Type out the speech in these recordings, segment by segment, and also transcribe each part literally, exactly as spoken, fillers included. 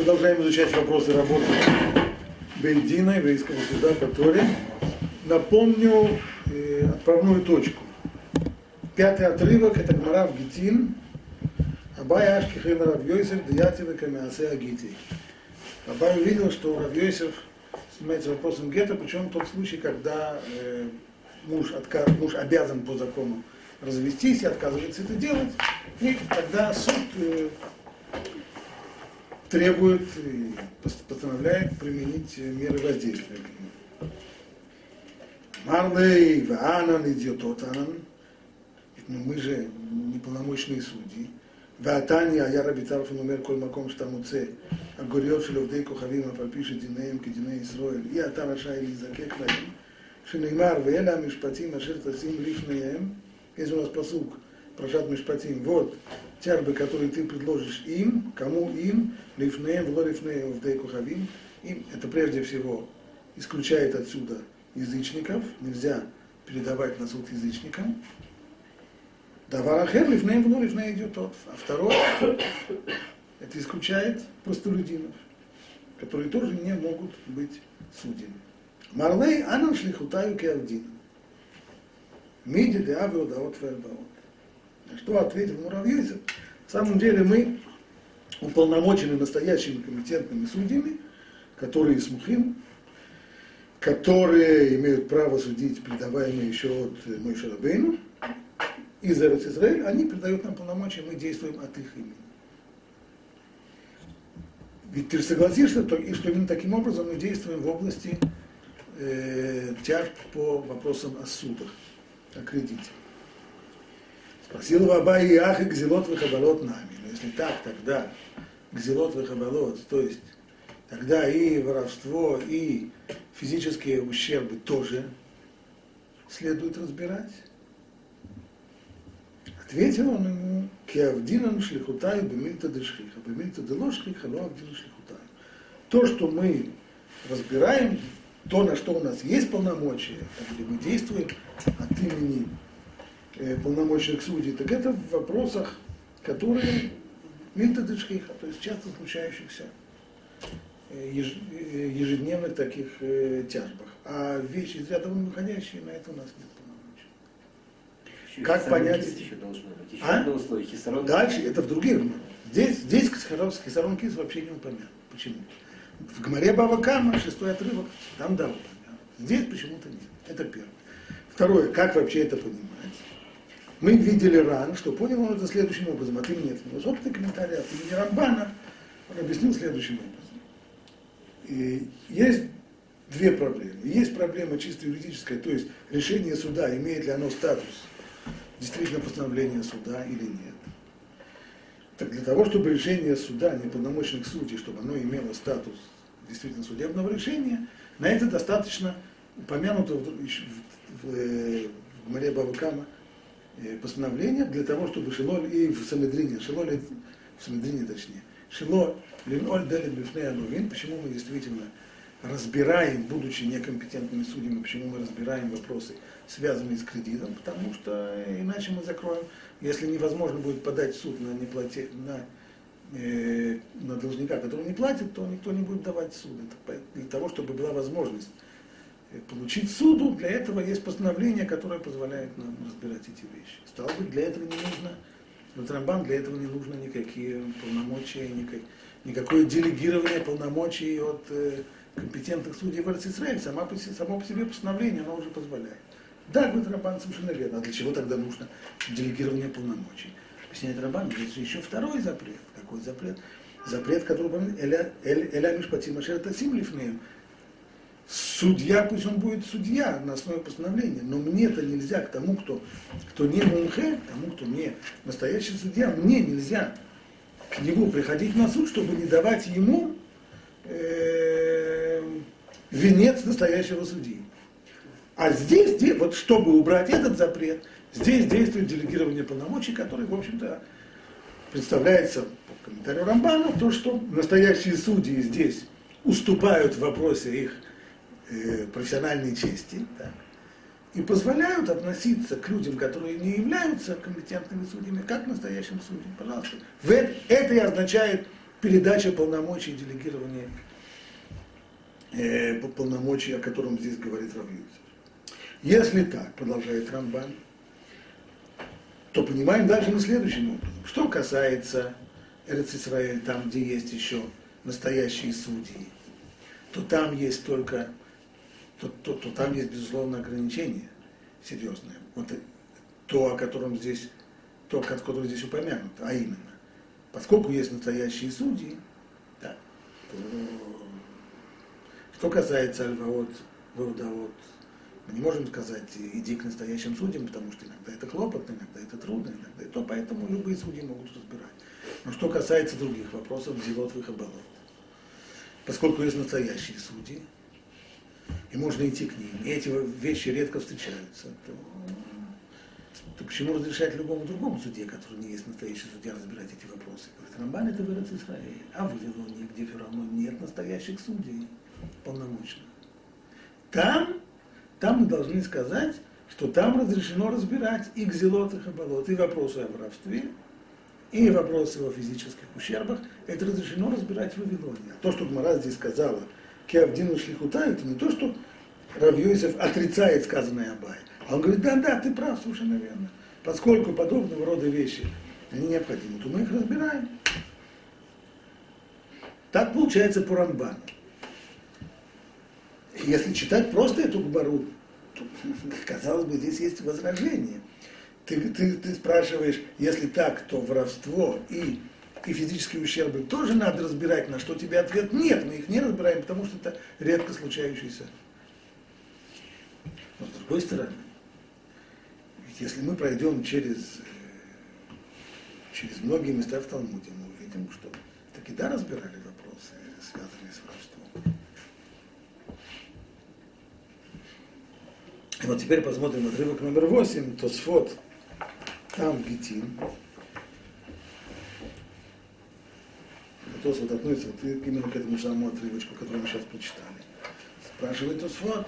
Продолжаем изучать вопросы работы Бейт-Дина, еврейского суда по Торе. Напомню э, отправную точку. Пятый отрывок — это Гмара в Гитин. Абай Ашки Хейна Рав Йосеф Деятивы Камиасе Агити. Абай увидел, что Рав Йосеф занимается вопросом гетто, причем тот случай, когда э, муж, отказ, муж обязан по закону развестись и отказывается это делать, и тогда суд э, требует и постановляет применить меры воздействия к нему. Марлей, Ваанан, Идиототанан, мы же неполномочные судьи. Ваатани, а я рабитарф, номер коль маком штамуце, а горьет шеловдей кухавим, а пальпишет динеем, кединей Исроэль, и атараша или закек лаим, шинеймар, веэля мишпатим, ашер тасим лифнеем. Есть у нас посук, прошат мишпатим, вот тярбы, которые ты предложишь им, кому им, лифнеем, вло лифнеем, вдей кухавим, им, это прежде всего исключает отсюда язычников, нельзя передавать на суд язычникам. Даварахер лифнеем, вло лифнеем идет тот. А второе, это исключает простолюдинов, которые тоже не могут быть судьями. Марлей анан шлихутаю кеавдин. Миди де авио даот фердаот. Что ответил Рав Йосеф? В самом деле мы уполномочены настоящими компетентными судьями, которые смухим, которые имеют право судить, передаваемые еще от Моше Рабейну, из Эрец Исраэль, они передают нам полномочия, мы действуем от их имени. Ведь ты согласишься, что, и что именно таким образом мы действуем в области э, тяжб по вопросам о судах, о кредите. Спросил его Абай Ах и гзелот вехабалот нами. Но если так, тогда гзелот вехабалот, то есть тогда и воровство, и физические ущербы тоже следует разбирать. Ответил он ему: кеавдинан шлихутаю бемильта дешхиха, бемильта делошхиха, но авдинан шлихутаю. То, что мы разбираем, то, на что у нас есть полномочия, где мы действуем от имени э, полномочных судей, так это в вопросах, которые мильта дешхиха, то есть часто случающихся э, еж, э, ежедневных таких э, тяжбах. А вещи из ряда вон выходящие, на это у нас нет полномочий. Еще как понять? Еще должно быть. Еще а? одно условие. Хисарон. Дальше, это в других гмарах. Здесь, здесь хисарон кис вообще не упомянут. Почему? В Гмаре Бава Кама, шестой отрывок, там да упомянут. Здесь почему-то нет. Это первое. Второе, как вообще это понимать? Мы видели ран, что понял он это следующим образом, от имени этого. Собственный комментарий от имени Рамбана он объяснил следующим образом. И есть две проблемы. Есть проблема чисто юридическая, то есть решение суда, имеет ли оно статус действительно постановления суда или нет. Так для того, чтобы решение суда, неполномочных судей, чтобы оно имело статус действительно судебного решения, на это достаточно упомянутого в, в, в, в Гмаре Бава Кама постановления для того, чтобы Шило и в Санедрине, Шило, в Санедрине точнее, Шило линоль делит бифней анувин, почему мы действительно разбираем, будучи некомпетентными судьями, почему мы разбираем вопросы, связанные с кредитом, потому что иначе мы закроем, если невозможно будет подать в суд на, неплате, на, э, на должника, который не платит, то никто не будет давать суд. Это для того, чтобы была возможность получить суду, для этого есть постановление, которое позволяет нам разбирать эти вещи. Стало быть, для этого не нужно, вот Рамбан, для этого не нужно никакие полномочия, никак, никакое делегирование полномочий от э, компетентных судей в Эрец Исраэль, само по, само по себе постановление, оно уже позволяет. Да, говорит Рамбан, совершенно верно. А для чего тогда нужно делегирование полномочий? Объясняет Рамбан, есть еще второй запрет. Какой запрет? Запрет, который упоминает Эля Мишпатим Ашер Тасим Лифнеем. Судья, пусть он будет судья на основе постановления, но мне-то нельзя к тому, кто, кто не мумхе, к тому, кто не настоящий судья, мне нельзя к нему приходить на суд, чтобы не давать ему э, венец настоящего судьи. А здесь, здесь, вот чтобы убрать этот запрет, здесь действует делегирование полномочий, которое, в общем-то, представляется по комментарию Рамбана, то, что настоящие судьи здесь уступают в вопросе их э, профессиональной чести, так, и позволяют относиться к людям, которые не являются компетентными судьями, как к настоящим судьям. Пожалуйста. В это, это и означает передача полномочий, делегирование э, полномочий, о котором здесь говорит Рав Йосеф. Если так, продолжает Рамбан, то понимаем дальше мы следующим образом. Что касается Эрец Исраэль, там, где есть еще настоящие судьи, то там есть только, то, то, то там есть, безусловно, ограничение серьезное. Вот то, о котором здесь, то, о котором здесь упомянуто, а именно, поскольку есть настоящие судьи, да, то, что касается Альваот, Ваудавот, мы не можем сказать, иди к настоящим судьям, потому что иногда это хлопотно, иногда это трудно, иногда это то, поэтому любые судьи могут разбирать. Но что касается других вопросов, зелот и хабалот, поскольку есть настоящие судьи, и можно идти к ним, и эти вещи редко встречаются, то, то почему разрешать любому другому судье, который не есть настоящий судья, разбирать эти вопросы? Говорит, Рамбан это в Эрец Исраэль, а в Вавилоне, где все равно нет настоящих судей полномочных. Там Там мы должны сказать, что там разрешено разбирать и гзелот, и хабалот, и вопросы о воровстве, и вопросы о физических ущербах. Это разрешено разбирать в Вавилоне. А то, что Гмара здесь сказала, кеавдину шлихута, это не то, что Рав Йосеф отрицает сказанное Абай. А он говорит, да-да, ты прав, совершенно верно. Поскольку подобного рода вещи, они необходимы, то мы их разбираем. Так получается по Рамбану. Если читать просто эту гмару, то, казалось бы, здесь есть возражение. Ты, ты, ты спрашиваешь, если так, то воровство и, и физические ущербы тоже надо разбирать, на что тебе ответ нет, мы их не разбираем, потому что это редко случающийся. Но с другой стороны, ведь если мы пройдем через, через многие места в Талмуде, мы увидим, что таки да разбирали вопросы, связанные с воровством. Вот теперь посмотрим отрывок номер восемь, Тосфот, там в Гитин. Тосфот относится вот именно к этому самому отрывочку, который мы сейчас прочитали. Спрашивает Тосфот,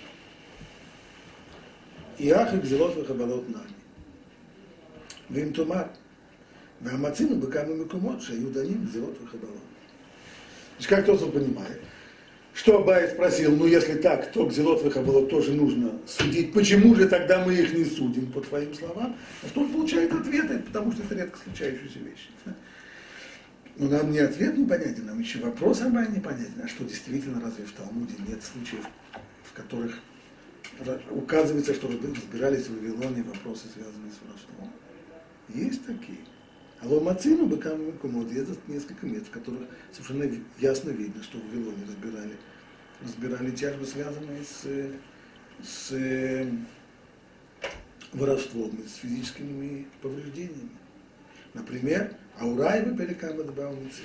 Иах и гзелот вехабалот нами. Вим тумар. Вамацину быкам и мекумот, шаюданим гзелот вехабалот. Значит, как Тосфот понимает, что Абай спросил, ну если так, то гзелот вехабалот тоже нужно судить, почему же тогда мы их не судим, по твоим словам? А что он получает ответ, потому что это редко случающиеся вещи. Но нам не ответ непонятен, нам еще вопрос Абай непонятен, а что действительно разве в Талмуде нет случаев, в которых указывается, что разбирались в Вавилоне вопросы, связанные с воровством? Есть такие. Алло Мацину быкам мекумот, есть несколько мест, в которых совершенно ясно видно, что в Вавилоне разбирали, разбирали тяжбы, связанные с, с воровством, с физическими повреждениями. Например, Аурайба Пеликама Дабаумици.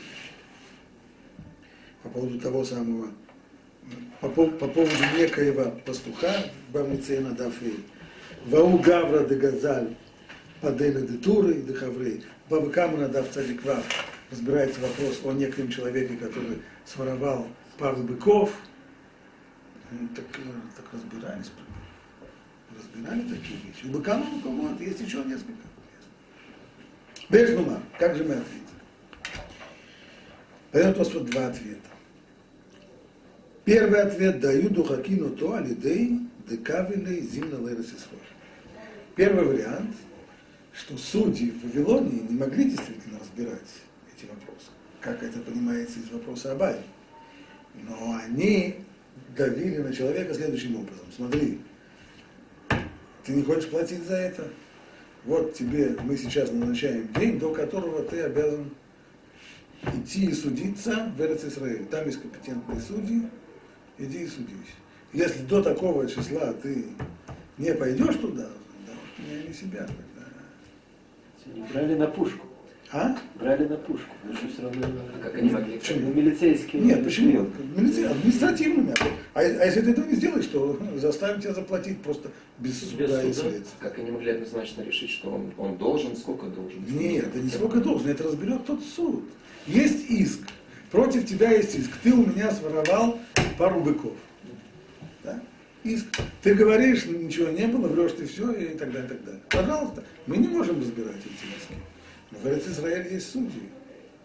По поводу того самого, по, по поводу некоего пастуха, Бавницена Дафей, Вау Гавра де Газаль, Падена де Туры и де Хаврей, Баба Камана Дав Цадик Вав, разбирается вопрос о некоем человеке, который своровал пару быков. Так, так разбирались, разбирали такие вещи. У быка на быковод есть еще несколько мест. Бежнума, как же мы ответим? Поэтому у нас вот два ответа. Первый ответ даю духакину то алидей декавилей зимна лерес исход. Первый вариант, что судьи в Вавилоне не могли действительно разбирать эти вопросы, как это понимается из вопроса Абая. Но они давили на человека следующим образом. Смотри, ты не хочешь платить за это? Вот тебе мы сейчас назначаем день, до которого ты обязан идти и судиться в Эрец Исраэль. Там есть компетентные судьи, иди и судись. Если до такого числа ты не пойдешь туда, да, не, не себя тогда. Брали на пушку. А? Брали на пушку. Потому что все равно... А как они могли? Почему? Милицейские... Нет, почему? Милицей, административными. А, а если ты этого не сделаешь, то заставим тебя заплатить просто без, без суда, суда и следствия. Как они могли однозначно решить, что он, он должен, сколько должен? Нет, это не сколько должен, это разберет тот суд. Есть иск. Против тебя есть иск. Ты у меня своровал пару быков. Да? Иск. Ты говоришь, ничего не было, врешь ты все и так далее, и так далее. Пожалуйста, мы не можем разбирать эти иски. Но в Эрец Исраэль есть судьи.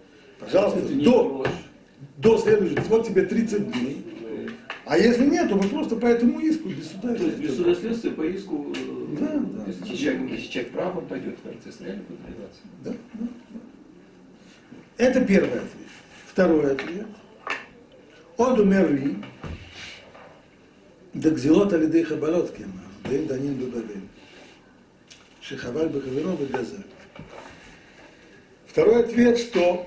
Пожалуйста, Это не до, ложь. до следующего, вот тебе тридцать дней. А если нет, то вы просто по этому иску без суда. То есть без суда следствия по иску... э, Да, да. Если человек, если человек правом пойдет в процесс, реально будет добиваться. Да, да, да. Это первый ответ. Второй ответ. Оду мери, да гзилот алидей хабарот кема, да им данин бебавель. Шехаваль бахаверов и газаль. Второй ответ, что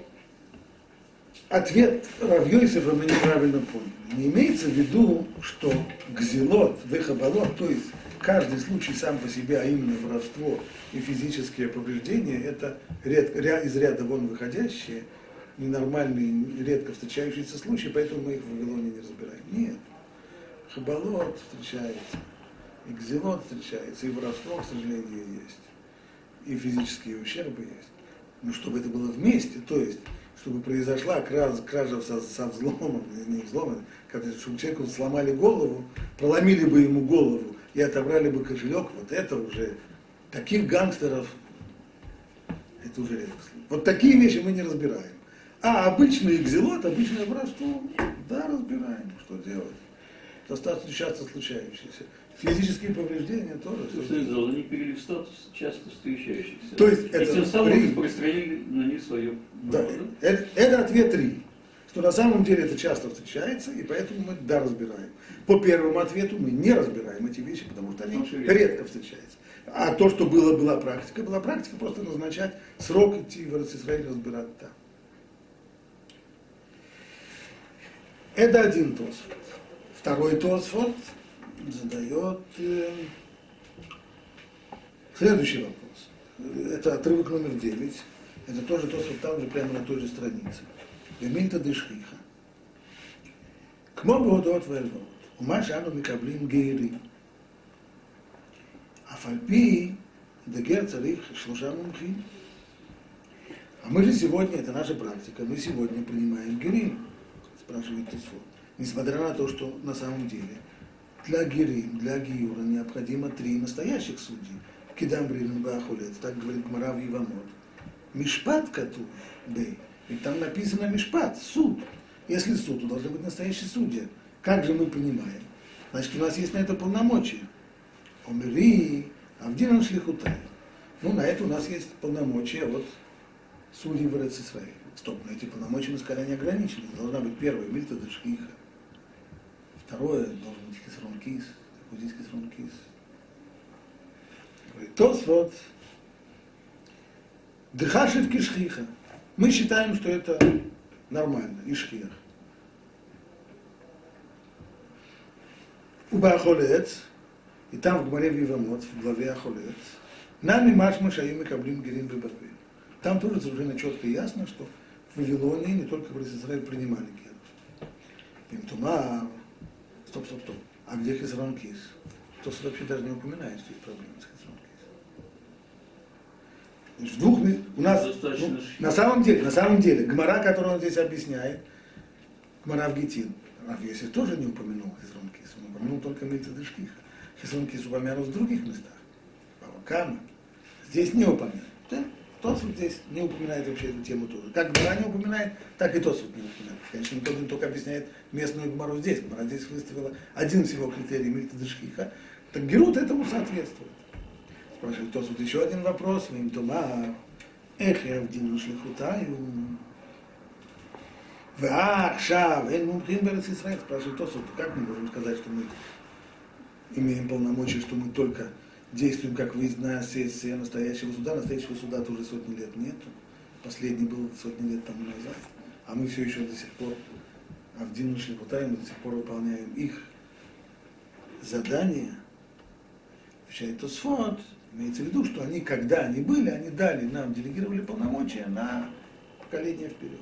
ответ Рав Йосефа мы неправильно поняли. Не имеется в виду, что гзилот, вехабалот, то есть каждый случай сам по себе, а именно воровство и физические повреждения, это редко, из ряда вон выходящие, ненормальные, редко встречающиеся случаи, поэтому мы их в Вавилоне не разбираем. Нет. Хабалот встречается, и гзилот встречается, и воровство, к сожалению, есть, и физические ущербы есть. Но чтобы это было вместе, то есть, чтобы произошла кража, кража со, со взломом, не взломом, когда чтобы человеку сломали голову, проломили бы ему голову и отобрали бы кошелек, вот это уже, таких гангстеров, это уже редко. Вот такие вещи мы не разбираем. А обычный экзилот, обычное воровство, да, разбираем, что делать. Достаточно часто случающиеся. Физические повреждения тоже. То есть, они перевели в статус часто встречающихся. То есть и это тем самым при... распространили на них свое Да, право, да? это, это ответ три. Что на самом деле это часто встречается, и поэтому мы да разбираем. По первому ответу мы не разбираем эти вещи, потому что они Очень редко редко. встречаются. А то, что было, была практика, была практика просто назначать срок, идти в Израиль разбирать там. Это один Тосфот. Второй Тосфот задает э, следующий вопрос. Это отрывок номер девять. Это тоже Тосфот там же, прямо на той же странице. Гамильта дешхиха. Кмо беодот вэльвот. Ума шану микаблим гейрим. Афальпи дегер царих шлуша мумхим. А мы же сегодня, это наша практика, мы сегодня принимаем герим, спрашивает Тосфот. Несмотря на то, что на самом деле для герим, для гиюра необходимо три настоящих судей. Кидам брилин баахулец, так говорит Гмара в Ивамот. Мишпат катув бей. Ведь там написано мишпат, суд. Если суд, то должны быть настоящие судьи. Как же мы понимаем? Значит, у нас есть на это полномочия. Омери, Авдинан шлихутай. Ну, на это у нас есть полномочия от судей в Эрец-Исраэль. Стоп, но эти полномочия мы сказали не ограничены. Должна быть первая мильта дешхиха. Второе, должен быть хисрон кис. Вот здесь хисрон кис. Говорит, Тосфот, дыхашит кишхиха. Мы считаем, что это нормально, ишхиях. Уба ахолец, и там в Гмаре Вивамот, в главе ахолец, нами машма шаим и каблим герим бебавель. Там тоже совершенно четко и ясно, что в Вавилоне, не только в Израиле, принимали геров. Пимтумар, стоп, стоп, стоп. А где хисрон кис? Тос вообще даже не упоминает, что есть проблемы с хисрон кис. В двух, у нас, ну, на самом деле, на самом деле, Гмара, которую он здесь объясняет, Гмара в Гитин, Рав Йосеф тоже не упомянул хисрон кис, он упомянул только мильта дешхиха. Хисрон кис упомянут в других местах. Бава-Кама. Здесь не упомянут. Да? Тосфот здесь не упоминает вообще эту тему тоже. Как Гмара не упоминает, так и Тосфот не упоминает. Конечно, никто не только объясняет местную Гмару здесь. Гмара здесь выставила один всего критерий мильта дешхиха. Так Герут этому соответствует. Спрашивает Тосфот еще один вопрос. Вим тома, эх я вдину шлихутаю. Ваах, шав, эн мумхим берец Исраэль. Спрашивает Тосфот, как мы можем сказать, что мы имеем полномочия, что мы только действуем как выездная сессия настоящего суда. Настоящего суда уже сотни лет нету. Последний был сотни лет тому назад. А мы все еще до сих пор, а в Дину Шлихутай мы до сих пор выполняем их задания. Отвечает Тосфот, имеется в виду, что они, когда они были, они дали нам, делегировали полномочия на поколение вперед.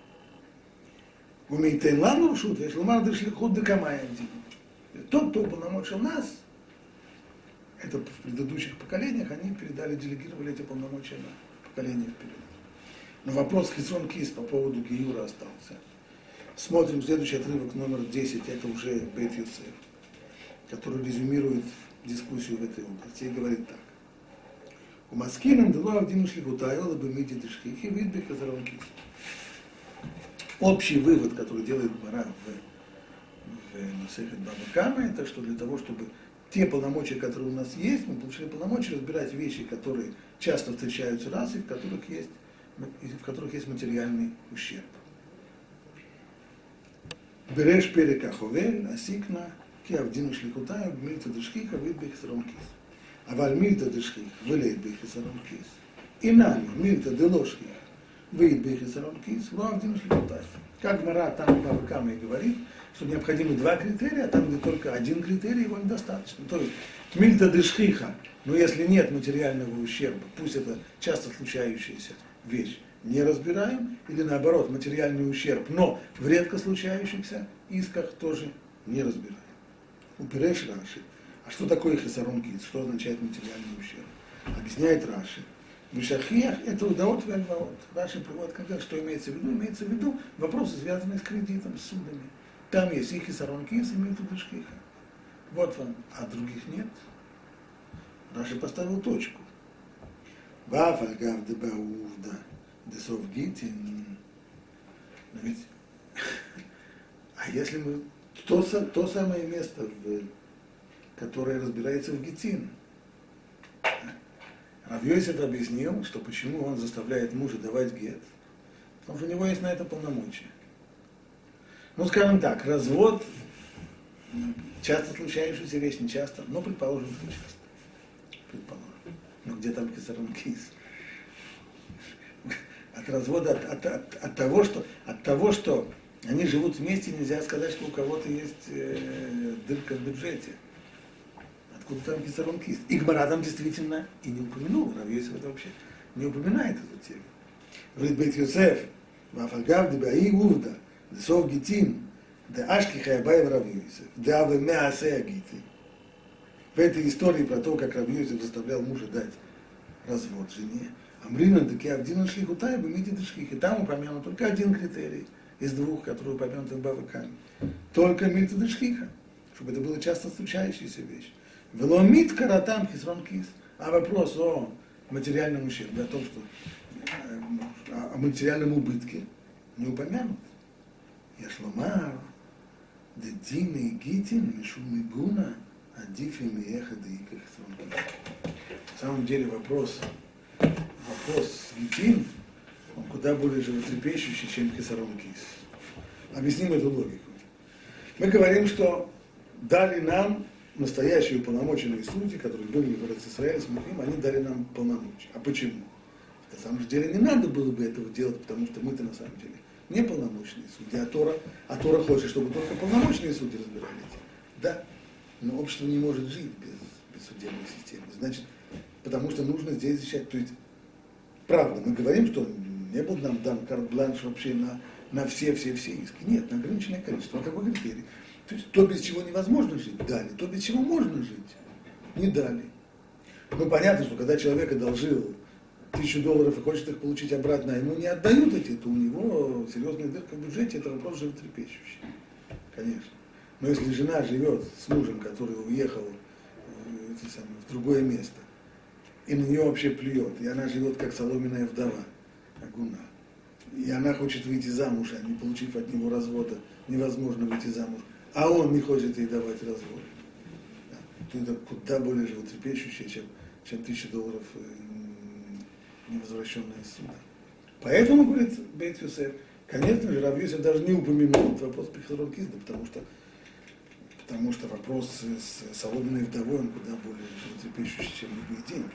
Умейтен лану шут, если мар шлихут декамаем. Тот, кто уполномочил нас, это в предыдущих поколениях, они передали, делегировали эти полномочия на поколение вперед. Но вопрос хисрон кис по поводу гиюра остался. Смотрим следующий отрывок номер десять, это уже Бейт Йосеф, который резюмирует дискуссию в этой области и говорит так. У Маскинам дало Авдину шлихутаю, лабы миди дешхихи, видбек хисрон кис. общий вывод, который делает Гмара в, в Масехет Бава Кама, это что для того, чтобы те полномочия, которые у нас есть, мы получили полномочия разбирать вещи, которые часто встречаются раз, и в которых есть, в которых есть материальный ущерб. Береш перека ховель, асикна, ки авдину шлихутаю, мильта дешхиха, вид бехисарон кис. Аваль мильта дешхих, вылеет бехисарон кис. И нами, мильта делошхих, выйдет бехисарон кис, во авдину шлихутаю. Как Гмара там Бава Кама и говорит, что необходимы два критерия, а там, где только один критерий, его недостаточно. То есть мильта дешхиха, но если нет материального ущерба, пусть это часто случающаяся вещь, не разбираем, или наоборот, материальный ущерб, но в редко случающихся исках тоже не разбираем. Упиреш Раши. А что такое хисарон кис? Что означает материальный ущерб? Объясняет Раши. В Шахиях это удаот и альваот. Раши приводит, когда что имеется в виду? Имеется в виду вопросы, связанные с кредитом, с судами. Там есть и хисарон кис, и мильта дешхиха. Вот вам, а других нет. Раши поставил точку. Баф альгав дебаувда десов гитин. Но ведь, а если мы, то, то самое место, в, которое разбирается в гитин, Рав Йосеф объяснил, что почему он заставляет мужа давать гет, потому что у него есть на это полномочия. Ну, скажем так, развод, часто случающаяся вещь, не часто, но предположим, что часто. Предположим. Но где там хисарон кис? От развода, от, от, от, от, того, что, от того, что они живут вместе, нельзя сказать, что у кого-то есть э, дырка в бюджете. Откуда там хисарон кис? И Гмара там действительно и не упомянул, Рав Йосеф это вообще не упоминает эту тему. Говорит Бейт Йосеф, вафальгав дебаи увда, десов гитин, де ашки хаябай Рав Йосеф, де аве меасе агити. В этой истории про то, как Рав Йосеф заставлял мужа дать развод жене, Амрина деки авдина шлихутай бемити дешхих. И там упомянут только один критерий из двух, которые упомянуты в Бава Каме. Только мильта дешхиха, чтобы это была часто случающаяся вещь. Вело мит каратам хисрон кис. А вопрос о материальном ущербе, о том, что о материальном убытке не упомянут. Яшломар, дедина и гитин, мишум и гуна, адифи миеха деика хисрон кис. На самом деле вопрос Вопрос гитин, он куда более животрепещущий, чем хисарон кис. Объясним эту логику. Мы говорим, что дали нам настоящие уполномоченные судьи, которые были в Эрец-Исраэле с Мухим, они дали нам полномочия. А почему? На самом деле не надо было бы этого делать, потому что мы-то на самом деле не полномочные судьи, а Тора, а Тора хочет, чтобы только полномочные судьи разбирали эти. Да, но общество не может жить без, без судебной системы. Значит, потому что нужно здесь защищать. То есть, правда, мы говорим, что не был нам дан карт-бланш вообще на, на все-все-все иски. Нет, на ограниченное количество. А какой критерий? То есть, то, без чего невозможно жить, дали. То, без чего можно жить, не дали. Ну, понятно, что когда человек одолжил тысячу долларов и хочет их получить обратно, а ему не отдают эти, то у него серьезная дырка в бюджете, это вопрос животрепещущий. Конечно. Но если жена живет с мужем, который уехал э, эти самые, в другое место, и на нее вообще плюет, и она живет как соломенная вдова, агуна, и она хочет выйти замуж, а не получив от него развода, невозможно выйти замуж, а он не хочет ей давать развод, да, то это куда более животрепещущее, чем, чем тысяча долларов э, невозвращенная из суда. Поэтому, говорит Бейт Йосеф, конечно же, Рав Йосеф даже не упомянул этот вопрос при хисарон кис, да, потому что потому что вопрос с соломенной вдовой, он куда более животрепещущий, чем любые деньги.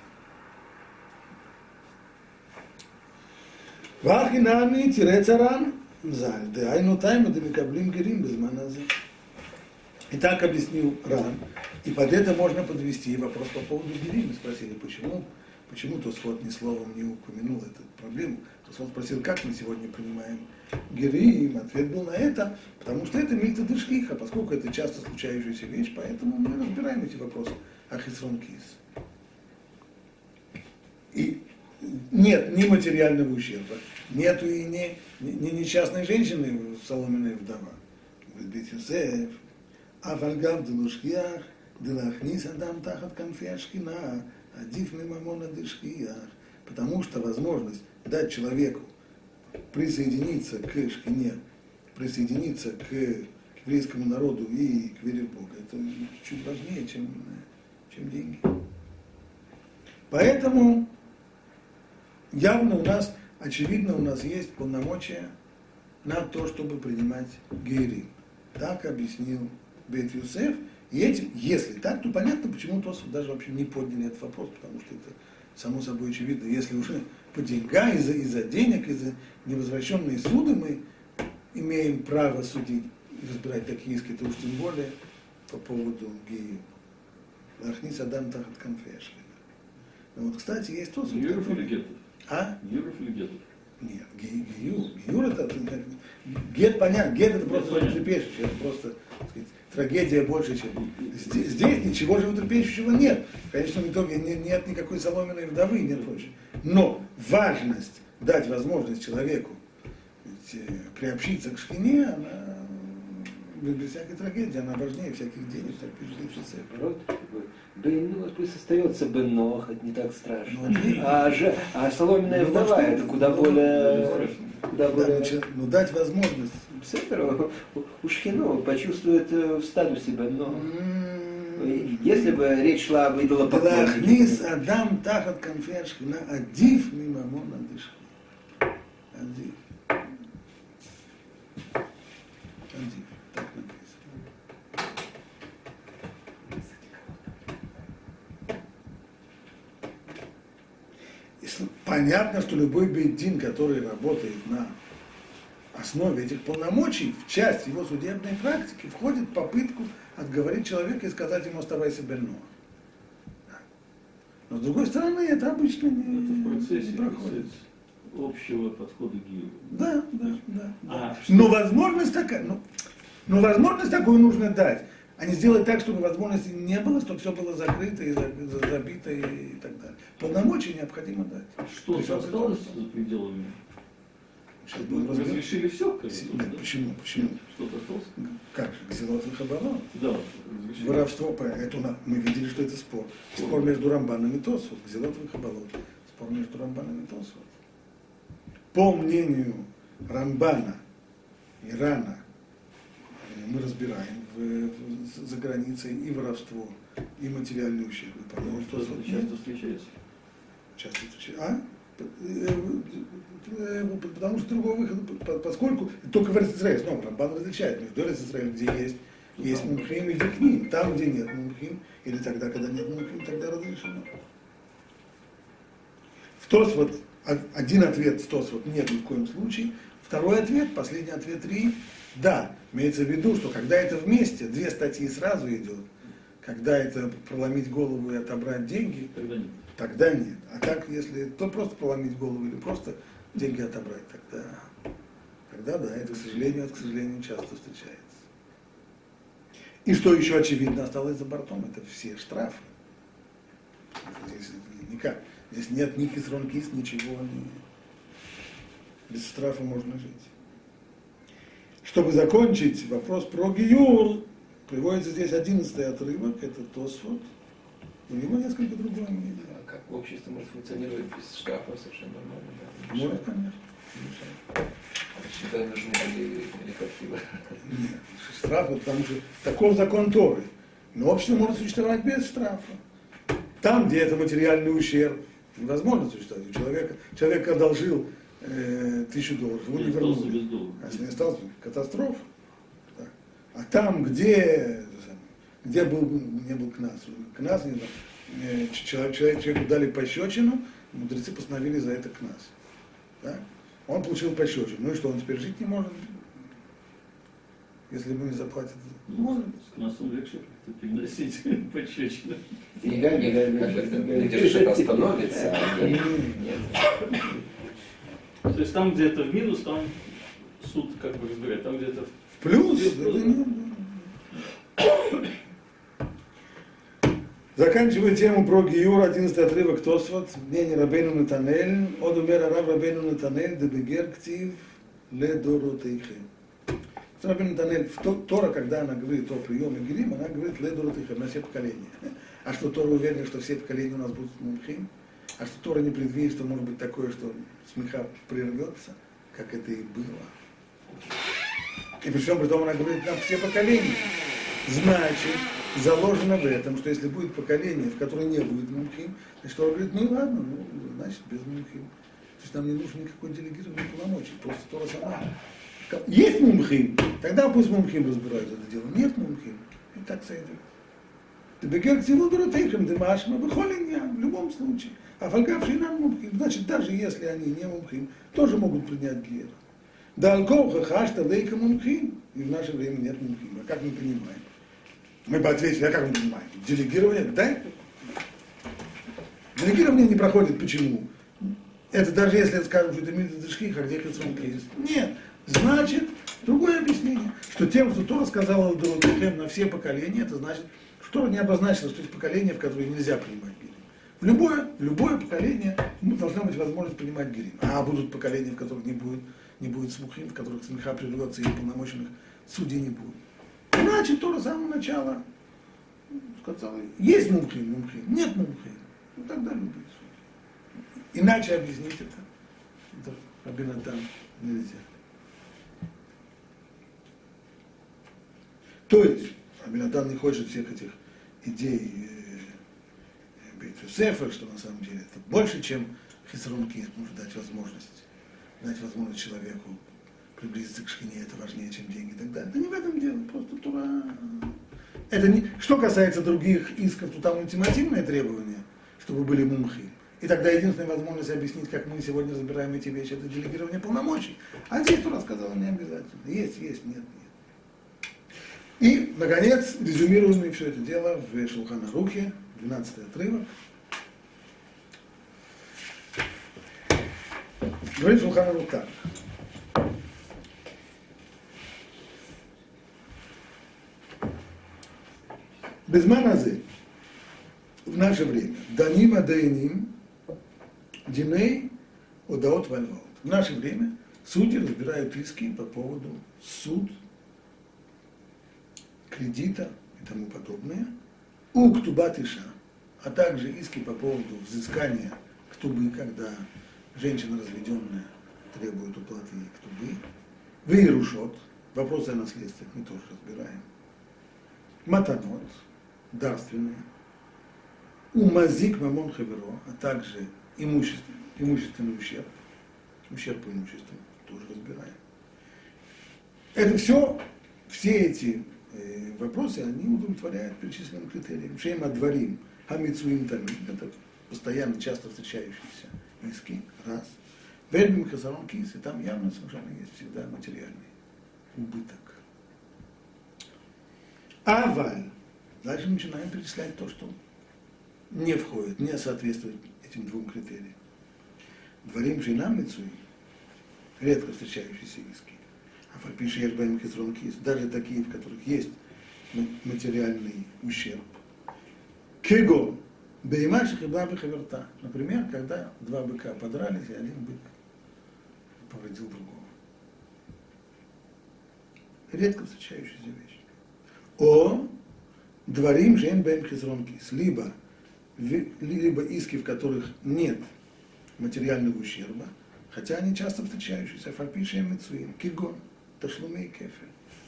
Вахинами тирецаран заль, да айну тайма да микаблим герим без маназе. И так объяснил Ран, и под это можно подвести вопрос по поводу герим. Мы спросили, почему, почему Тосфот ни словом не упомянул эту проблему. Тосфот спросил, как мы сегодня принимаем герим. Ответ был на это, потому что это мильта дешхиха, поскольку это часто случающаяся вещь, поэтому мы разбираем эти вопросы о хисрон кис. И нет ни материального ущерба, нету и ни, ни несчастной женщины, соломенной вдова. Бейт Йосеф, авальгав делушхиях, делахнис адам тахат канфи ашхина, адиф мимамона дешхиях. Потому что возможность дать человеку присоединиться к шхине присоединиться к, к еврейскому народу и к вере в Бога, это чуть важнее, чем, чем деньги. Поэтому явно у нас, очевидно, у нас есть полномочия на то, чтобы принимать гейрим. Так объяснил Бейт Йосеф. И этим, если так, то понятно, почему Тосфот даже вообще не подняли этот вопрос, потому что это само собой очевидно. Если уже по деньгам, из-за, из-за денег, из-за невозвращенные суды мы имеем право судить и разбирать такие иски, то уж тем более по поводу геи. Лахнис Адам Тахат Конфеш. Ну вот, кстати, есть Тосфот. Гиюров или гетов? А? Гиюров или гетов? Нет, гиюр. Гиюр это, гет понятно, гет это просто животрепещущее, это просто, так сказать, трагедия больше, чем... Здесь, здесь ничего животрепещущего нет. В конечном итоге нет никакой соломенной вдовы и нет прочего. Но важность дать возможность человеку приобщиться к шхине, она без всякой трагедии, она важнее всяких денег, так пишет. Народ такой, Бен пусть остается Бен Нох, это не так страшно. Ну, а, же, а соломенная ну, вдова, что, это куда ну, более... Куда Да, более... ну, ну дать возможность. Сепер, у Шхино почувствует в статусе Бен Нох. М-м-м. Если бы речь шла об идолопоклоннике. Лахнис Адам Тахат Конфеш Шхина Адив Мимамон Адишхи. Адив. Адив. Так написано. Если- Понятно, что любой бейдин, который работает на основе этих полномочий, в часть его судебной практики входит попытку отговорить человека и сказать ему оставайся больного. Но с другой стороны, это обычно не, Это в процессе не проходит. общего подхода к гиюру. Да, да, да. А, да. что- Но возможность такая, ну, но возможность такую нужно дать. А не сделать так, чтобы возможности не было, чтобы все было закрыто и за- за- забито и, и так далее. Полномочия необходимо дать. Что-то Причем при том, осталось что- за пределами? Сейчас будем разбирать. Разрешили все? Нет, почему? Почему? Что-то осталось? Как же, Ксилот и Хабарон? Да, разрешили. Воровство, по- это у нас- мы видели, что это спор. Спор между Рамбаном и Тосфот, Ксилот и Хабарон. Спор между Рамбаном и Тосфот. По мнению Рамбана и Рана, э, мы разбираем в, в- за границей и воровство, и материальный ущерб. И, по-моему, Что Тосфот это нет. часто встречается? Часто встреча- А? Э, э, Потому что другого выхода, по- поскольку только в Эрец-Исраэль, снова Рамбан различает между Эрец-Исраэль, где есть, есть мумхим, и где к ним. Там, где нет мумхим, или тогда, когда нет мумхим, тогда разрешено. В Тосфот, один ответ в Тосфот нет ни в коем случае. Второй ответ, последний ответ три, да, имеется в виду, что когда это вместе, две статьи сразу идет, когда это проломить голову и отобрать деньги, Тогда нет. тогда нет. А так, если то просто проломить голову или просто деньги отобрать, тогда, тогда да, это, к сожалению, это, к сожалению, часто встречается. И что еще очевидно осталось за бортом, это все штрафы. Здесь никак. Здесь нет ни кисрон-кис, ничего. Ни... Без штрафа можно жить. Чтобы закончить вопрос про гиюр, приводится здесь одиннадцатый отрывок, это Тосфот. У него несколько другое мнение. А как общество может функционировать без штрафа, совершенно нормально, да? Может, конечно. Считаю, нужны были или как было. Нет, штрафы, потому что таков закон Торы. Но общество может существовать без штрафа. Там, где это материальный ущерб, невозможно существовать. У человека, человек одолжил э, тысячу долларов, его И не остался вернули. без долларов. А если не остался, катастрофа. Так. А там, где, где был, не был кнас, кнас, не знаю, э, человек, человек, человеку дали пощечину, мудрецы постановили за это кнас. Так? Он получил пощечину. Ну и что, он теперь жить не может? Если ему не заплатят, может. С кносом легче как-то переносить пощечину. Деньгами, где что-то остановится, а нет. То есть там, где это в минус, там суд как бы разбирает, там, где это В плюс? Здесь Это плюс, не- Заканчивая тему про Гиюр, одиннадцатый отрывок Тосфот, мнение Рабейну Натанель, от умера раб Рабейну Натанель, дебегер ктив ле доротейхем. Рабейну Натанель, в То- Тора, когда она говорит о приеме Гилим, она говорит ле доротейхем, на все поколения. А что Тора уверена, что все поколения у нас будут мумхим? А что Тора не предвидит, что может быть такое, что смеха прервется, как это и было? И при всем при том она говорит нам все поколения. Значит, заложено в этом, что если будет поколение, в которое не будет мумхим, значит, он говорит, ну ладно, ну, значит, без мумхим. То есть нам не нужно никакой делегированной полномочий, просто Тора сама. Есть мумхим, тогда пусть мумхим разбирают это дело. Нет мумхим, и так сойдет. Ты бегер циву дуротейхем, ты машма, выхоления, в любом случае. А фальгавший нам мумхим, значит, даже если они не мумхим, тоже могут принять гер. Да алкоха хашта лейка мумхим, и в наше время нет мумхим. А как мы понимаем? Мы бы ответили, а как мы понимаем? Делегирование, да? Делегирование не проходит, почему? Это даже если скажем, что это миддешхих, а где кейс. Нет. Значит, другое объяснение, что тем, кто Тора сказал Дуротейхем на все поколения, это значит, что Тора не обозначила, что есть поколения, в которые нельзя принимать гирим. В любое, в любое поколение должна быть возможность принимать гирим. А будут поколения, в которых не будет, не будет смухим, в которых смеха прервется и полномоченных судей не будет. Значит, Тора с самого начала сказала, есть мумхим, мумхим, нет мумхим. Ну тогда любые судьи. Иначе объяснить это, это Раби Натан нельзя. То есть, Раби Натан не хочет всех этих идей Бейт Йосефа, что на самом деле это больше, чем Хисрон Кейс может дать возможность, дать возможность человеку приблизиться к шхине, это важнее, чем деньги и так далее. Да не в этом дело, просто Тура. Это не... Что касается других исков, то там ультимативное требование, чтобы были мумхи. И тогда единственная возможность объяснить, как мы сегодня разбираем эти вещи, это делегирование полномочий. А здесь Тура сказала не обязательно. Есть, есть, нет, нет. И, наконец, резюмируем мы все это дело в Шулхан Арухе, двенадцатый отрывок. Говорит Шулхан Арух так. Безман азе, в наше время, данима дайним, диней, одаот вальваот. В наше время судьи разбирают иски по поводу суд, кредита и тому подобное, у ктубат иша, а также иски по поводу взыскания ктубы, когда женщина разведенная требует уплаты ктубы, вейрушот, вопросы о наследстве мы тоже разбираем, матанот, дарственные, умазик мамон хаверо, а также имущество, имущественный ущерб, ущерб по имуществу тоже разбираем. Это все, все эти э, вопросы, они удовлетворяют перечисленным критериям. Шейм адварим, хамицуим тамид, это постоянно, часто встречающиеся иски, раз. Вельмим хасарон кис, и там явно совершенно есть всегда материальный убыток. Аваль. Дальше начинаем перечислять то, что не входит, не соответствует этим двум критериям. Дворим женам мицуи, редко встречающиеся иски. А фальпиши ешбаим хисрон кис, даже такие, в которых есть материальный ущерб. Кего? Беймаши хибаби хаверта. Например, когда два быка подрались, и один бык повредил другого. Редко встречающаяся вещь. О дворим жен бэм хисрон кис. Либо, либо иски, в которых нет материального ущерба, хотя они часто встречающиеся. Фальпиши и мицуим. Кигон. Ташлумей кефель.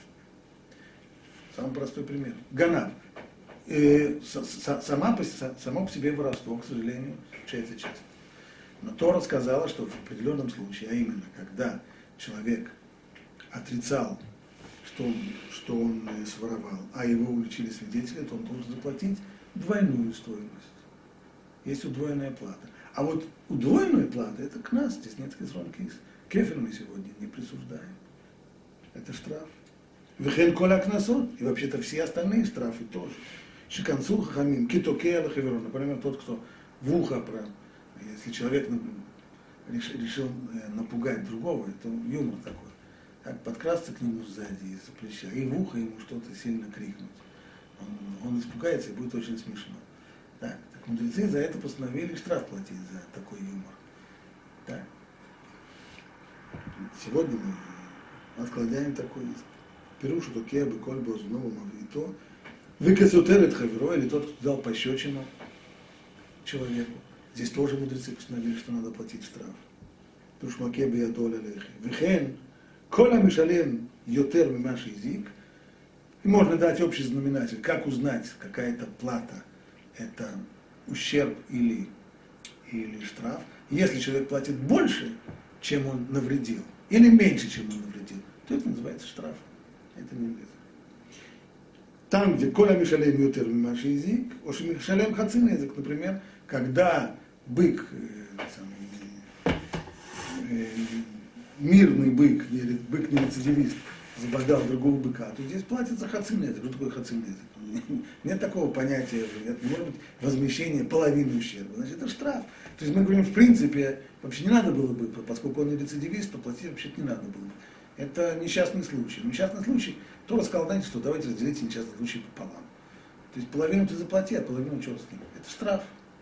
Самый простой пример. Ганав. И сама, само по себе воровство, к сожалению, случается часто. Но Тора сказала, что в определенном случае, а именно, когда человек отрицал, что он, что он своровал, а его уличили свидетели, то он должен заплатить двойную стоимость. Есть удвоенная плата. А вот удвоенная плата – это кнас, здесь нет хисрон кис. Кефель мы сегодня не присуждаем. Это штраф. Вехен коля кнасот, и вообще-то все остальные штрафы тоже. Шикансул хахамим, китоке алахаверо, например, тот, кто в ухо, про, если человек решил, решил напугать другого, это юмор такой, так, подкрасться к нему сзади из-за плеча, и в ухо ему что-то сильно крикнуть. Он, он испугается и будет очень смешно. Так, так мудрецы за это постановили штраф платить за такой юмор. Так. Сегодня мы откладываем такой иск. Пирушу токе бы коль бы ознову и то. Выкасутерет хаверо, или тот, кто дал пощечину человеку. Здесь тоже мудрецы постановили, что надо платить штраф. Тушмаке бы я доля лехи. Вихен, коля мишалем йотер мимаш язик. И можно дать общий знаменатель, как узнать, какая-то плата, это ущерб или, или штраф. Если человек платит больше, чем он навредил, или меньше, чем он навредил, то это называется штраф. Это не лезет. Там, где коля мишалем ютер мимаш язик, оши мишалем хацин язык, например, когда бык, э, самый, э, мирный бык, бык не рецидивист, забодал другого быка, то здесь платится хацин язык. Что такое хацин язык? Нет такого понятия, нет, может быть возмещение половины ущерба, значит это штраф. То есть мы говорим, в принципе, вообще не надо было бы, поскольку он не рецидивист, то платить вообще не надо было бы. Это несчастный случай. Несчастный случай, Тора сказал, знаете что, давайте разделите несчастный случай пополам. То есть половину ты заплати, а половину черт с ним. Это штраф.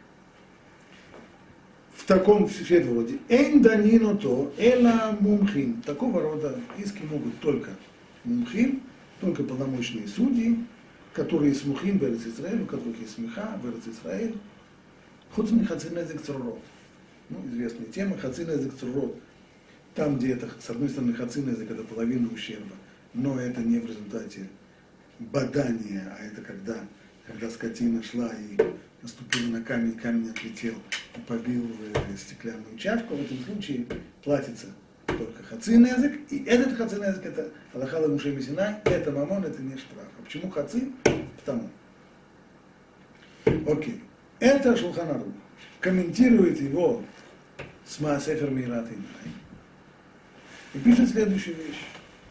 В таком роде. Эн данино то, эла мумхин. Такого рода иски могут только мумхин, только полномочные судьи, которые смухим в Эрец Исраэль, у которых есть смеха в Эрец Исраэль. Хуцми хацин язык цуррот. Ну, известная тема, хацин язык цуррот. Там, где это, с одной стороны, хацин язык, это половина ущерба, но это не в результате бадания, а это когда, когда скотина шла и наступила на камень, камень отлетел и побил в стеклянную чашку. В этом случае платится только хацин язык, и этот хацин язык, это алахала мушей Синай, это мамон, это не штраф. А почему хацин? Потому. Окей. Это Шулхан Арух. Комментирует его с Маасефер Меират Инай. И пишет следующую вещь.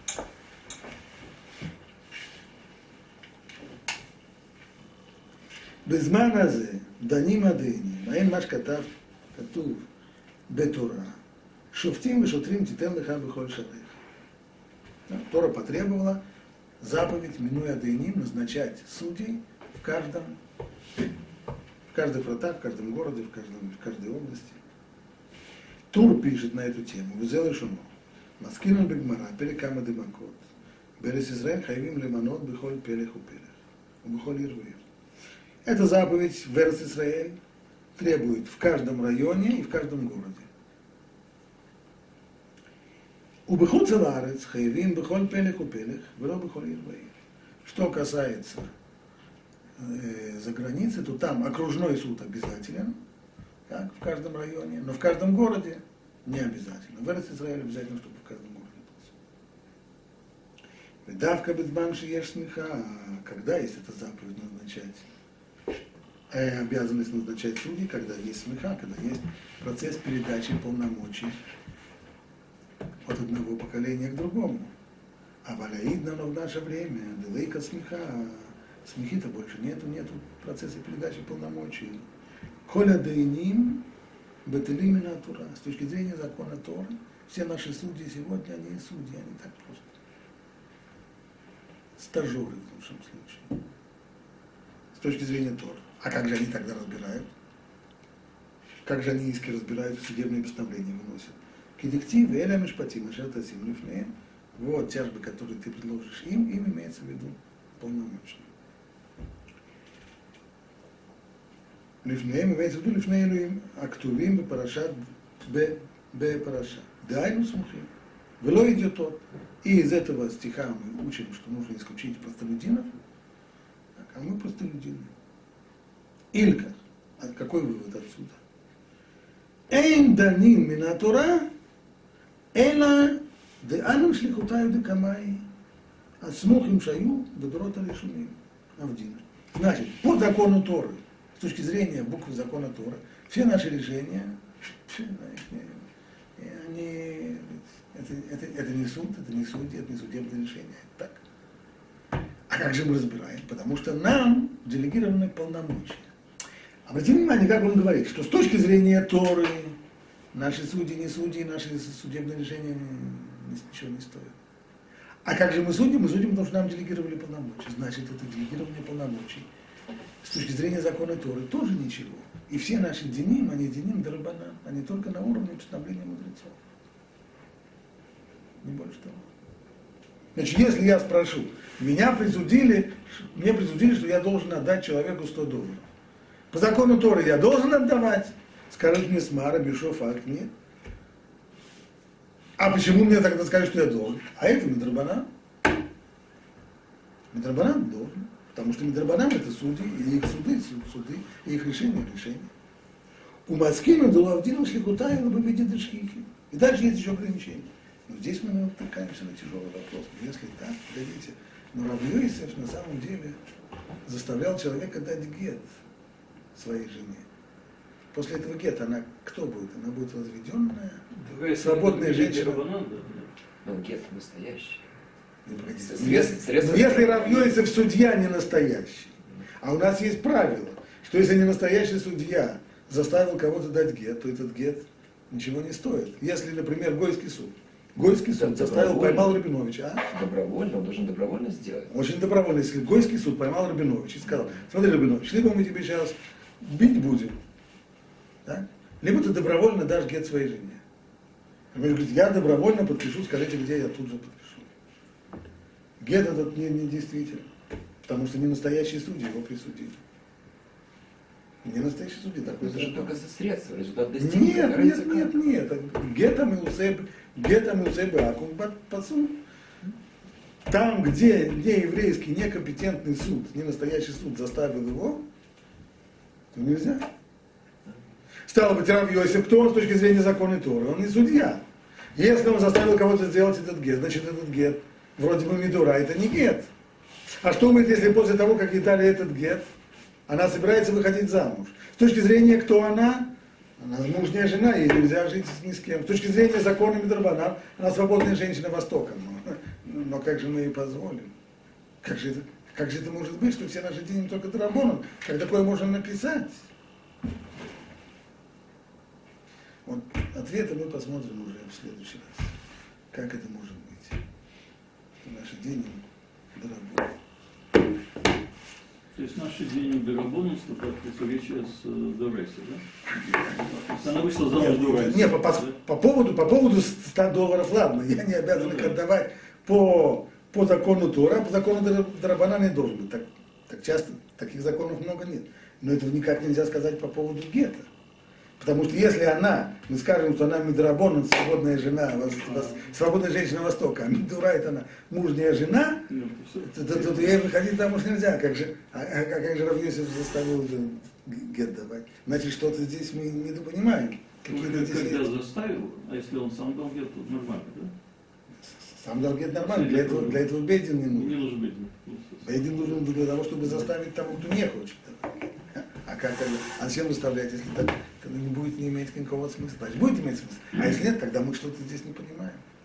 בזמן הזה, דנים הדיינים, האין מה שכתב, כתוב בתורה, שופטים ושוטרים תיתן לך בכל שריך. Тора потребовала заповедь, минуя адейним, назначать судей в каждом, в каждых вратах, в каждом городе, в, каждом, в каждой области. Тур пишет на эту тему, «Вызел шумо, маскинун бегмара, перекама демакот, берес Израиль хайвим леманот бихоль пелех у пелех, убихоль ирвеев». Эта заповедь в Эрец Исраэль требует в каждом районе и в каждом городе. Убихуц лаарец хайвим бихоль пелех у пелех, вело бихоль ирвеев. Что касается э, за границей, то там окружной суд обязателен, так, в каждом районе, но в каждом городе не обязательно. В Эрец Исраэль обязательно, чтобы в каждом городе был. Давка бецбан шиеш смеха, когда есть эта заповедь назначать, э, обязанность назначать судей, когда есть смеха, когда есть процесс передачи полномочий от одного поколения к другому. А валяидно, но в наше время, делейка смеха, смехи-то больше нету, нету процесса передачи полномочий. Коля дайним бетелим мина Тора. С точки зрения закона Торы, все наши судьи сегодня, они судьи, они так просто. Стажеры в лучшем случае. С точки зрения Торы. А как же они тогда разбирают? Как же они иски разбирают, судебные постановления выносят? Кедиктивы, эля мишпатим, ашерта сим лифнеем. Вот тяжбы, которые ты предложишь им, им имеется в виду полномочия. Лифнеем имеется в виду лифней Элуим, актувим бепарашат бепараша. Дайну смухим. Вело идет тот. И из этого стиха мы учим, что нужно исключить простолюдинов, а мы простолюдины. Илька. А какой вывод отсюда? Эйн данин мина Тора, эла де ану шлихутаю де камай, а смухим шаю бедрота лишумим. Авдина. Значит, по закону Торы, с точки зрения буквы закона Тора, все наши решения, они, это, это, это не суд, это не судьи, это не судебное решение. Это так. А как же мы разбираем? Потому что нам делегированы полномочия. Обратите внимание, как он говорит, что с точки зрения Торы наши судьи не судьи, наши судебные решения ничего не стоят. А как же мы судим? Мы судим, потому что нам делегировали полномочия. Значит, это делегирование полномочий с точки зрения закона Торы тоже ничего. И все наши диним, они диним дарабанан, они только на уровне постановления мудрецов. Не больше того. Значит, если я спрошу, меня присудили, мне присудили, что я должен отдать человеку сто долларов. По закону Торы я должен отдавать? Скажет мне Смара, Бишов, факт, нет. А почему мне тогда скажут, что я должен? А это не драбана. Мидрабанан должен. Потому что Мидрабанан это судьи, и их суды, суды, и их решения, решения. У Маскина Дулавдина Шликутаева победит Шхихи. И дальше есть еще ограничения. Но здесь мы натыкаемся на тяжелый вопрос. Если так, погодите, но Рав Йосеф на самом деле заставлял человека дать гет своей жене. После этого гета она кто будет? Она будет возведенная, Давай, свободная женщина. Ну, гет настоящий. Ну, погодите, Средств- средств- но если Рав Йосеф судья не настоящий, а у нас есть правило, что если не настоящий судья заставил кого-то дать гет, то этот гет ничего не стоит. Если, например, Гойский суд. Гойский суд Да, заставил, добровольно. поймал Рабиновича, а? Добровольно, он должен добровольно сделать. Очень добровольно. Если Гойский суд поймал Рабиновича и сказал, смотри, Рабинович, либо мы тебе сейчас бить будем, да? Либо ты добровольно дашь гет своей жене. Рабинович говорит, я добровольно подпишу, скажите, где я тут же подпишу. Гет этот не, не действительно, потому что не настоящий судья его присудили. Не настоящий судья, такой Это же закон. только за средства, результат достигнут. Нет, Разница нет, как? нет, нет. Гетам и усеб, гетам и усеб акум пасу. Там, где не еврейский, некомпетентный суд, не настоящий суд заставил его, то нельзя. Стало быть, Рав Йосеф, кто он с точки зрения закона Торы? Он не судья. Если он заставил кого-то сделать этот гет, значит этот гет вроде бы мидура, это не гет. А что будет, если после того, как ей дали этот гет, она собирается выходить замуж? С точки зрения, кто она? Она мужняя жена, ей нельзя жить ни с кем. С точки зрения закона Мидрабанан, она свободная женщина Востока. Но, но как же мы ей позволим? Как же, это, как же это может быть, что все наши деньги только Драбонан? Как такое можно написать? Вот ответы мы посмотрим уже в следующий раз. Как это может быть? Что наши деньги Драбонан. То есть наши деньги Дарабонанства под противоречие с Дорейса, да? То есть она вышла замуж Дорейса. Не, по, по, по поводу, по поводу ста долларов, ладно, я не обязан Ну их да. отдавать по, по закону Тора, по закону Дара- Дарабанана не должен быть. Так, так часто, таких законов много нет. Но этого никак нельзя сказать по поводу гетто. Потому что если она, мы скажем, что она Мидрабонан, свободная жена, вос- вос- свободная женщина Востока, а Мидура это она мужняя жена, Нет, всё. то, то, то, то ей выходить замуж нельзя. Как же, а, а как же Рав Йосеф заставил уже гет давать? Значит, что-то здесь мы недопонимаем. Какие-то Ну, здесь когда есть. заставил, а если он сам дал где-то, нормально, да? Сам дал гет нормально, для этого, для этого Бейдин не Не нужен. нужно быть. Бейдин нужен для того, чтобы заставить того, кто не хочет. А как тогда? А зачем заставлять, если так, тогда не будет не иметь никакого смысла? Значит, будет иметь смысл. А если нет, тогда мы что-то здесь не понимаем.